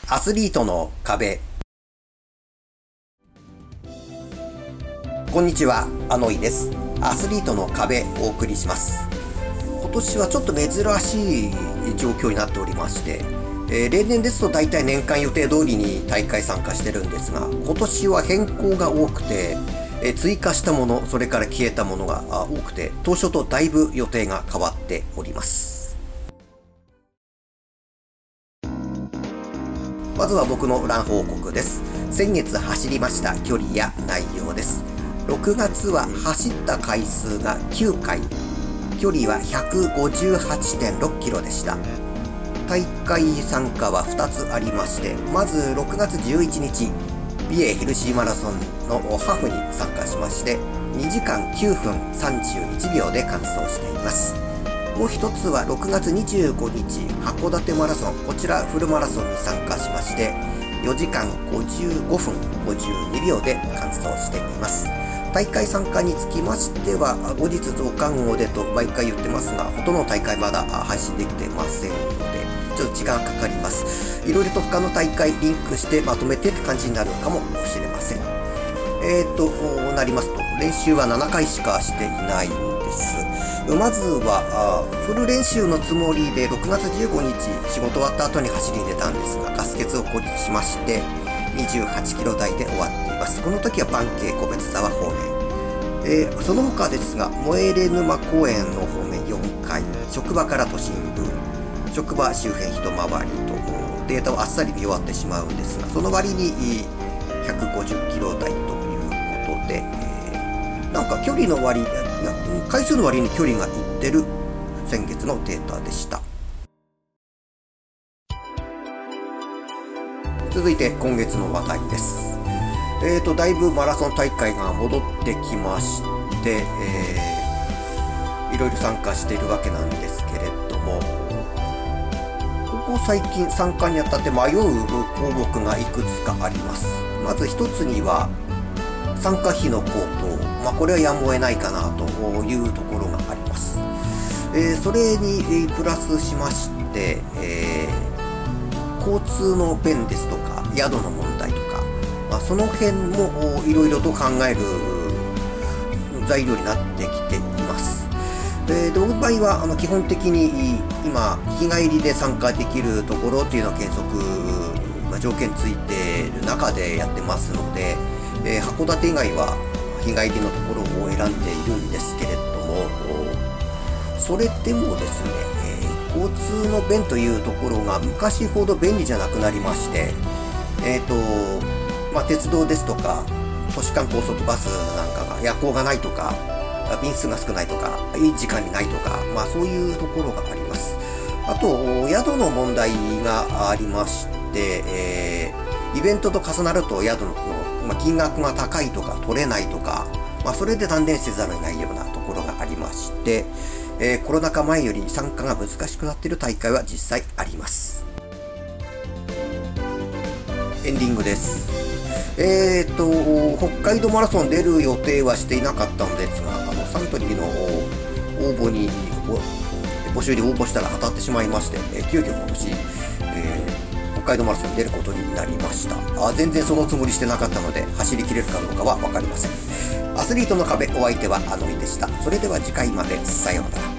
アスリートの壁。こんにちは、あのいです。アスリートの壁をお送りします。今年はちょっと珍しい状況になっておりまして、例年ですと大体年間予定通りに大会参加してるんですが、今年は変更が多くて、追加したもの、それから消えたものが多くて、当初とだいぶ予定が変わっております。まずは僕のラン報告です。先月走りました距離や内容です。6月は走った回数が9回、距離は 158.6 キロでした。大会参加は2つありまして、まず6月11日、美瑛ヘルシーマラソンのハーフに参加しまして、2時間9分31秒で完走しています。もう一つは6月25日、函館マラソン、こちらフルマラソンに参加しまして、4時間55分52秒で完走しています。大会参加につきましては、後日増刊号でと毎回言ってますが、ほとんどの大会まだ配信できてませんので、ちょっと時間かかります。いろいろと他の大会リンクしてまとめてって感じになるかもしれません。なりますと、練習は7回しかしていないんです。まずはフル練習のつもりで6月15日仕事終わった後に走りに出たんですが、ガス欠を起こりしまして28キロ台で終わっています。この時は盤渓小別沢方面、その他ですが、燃れ沼公園の方面4回、職場から都心部、職場周辺一回りとデータをあっさり見終わってしまうんですが、その割に150キロ台ということで、なんか距離の割、回数の割に距離がいってる先月のデータでした。続いて今月の話題です。だいぶマラソン大会が戻ってきまして、いろいろ参加しているわけなんですけれども、ここ最近参加にあたって迷う項目がいくつかあります。まず一つには参加費の高騰、これはやむを得ないかなというところがあります。それにプラスしまして、交通の便ですとか宿の問題とか、その辺もいろいろと考える材料になってきています。僕の場合は基本的に今日帰りで参加できるところっていうのを原則、条件ついている中でやってますので、函館以外は日帰りのところを選んでいるんですけれども、それでもですね、交通の便というところが昔ほど便利じゃなくなりまして、鉄道ですとか都市間高速バスなんかが夜行がないとか、便数が少ないとか、いい時間にないとか、そういうところがあります。あと宿の問題がありまして、イベントと重なると宿の金額が高いとか取れないとか、それで断念せざるを得ないようなところがありまして、コロナ禍前より参加が難しくなっている大会は実際あります。エンディングです。北海道マラソン出る予定はしていなかったのですが、サントリーの募集に応募したら当たってしまいまして、急遽今年、北海道マラソンに出ることになりました。全然そのつもりしてなかったので、走りきれるかどうかは分かりません。アスリートの壁、お相手はあのいでした。それでは次回まで、さようなら。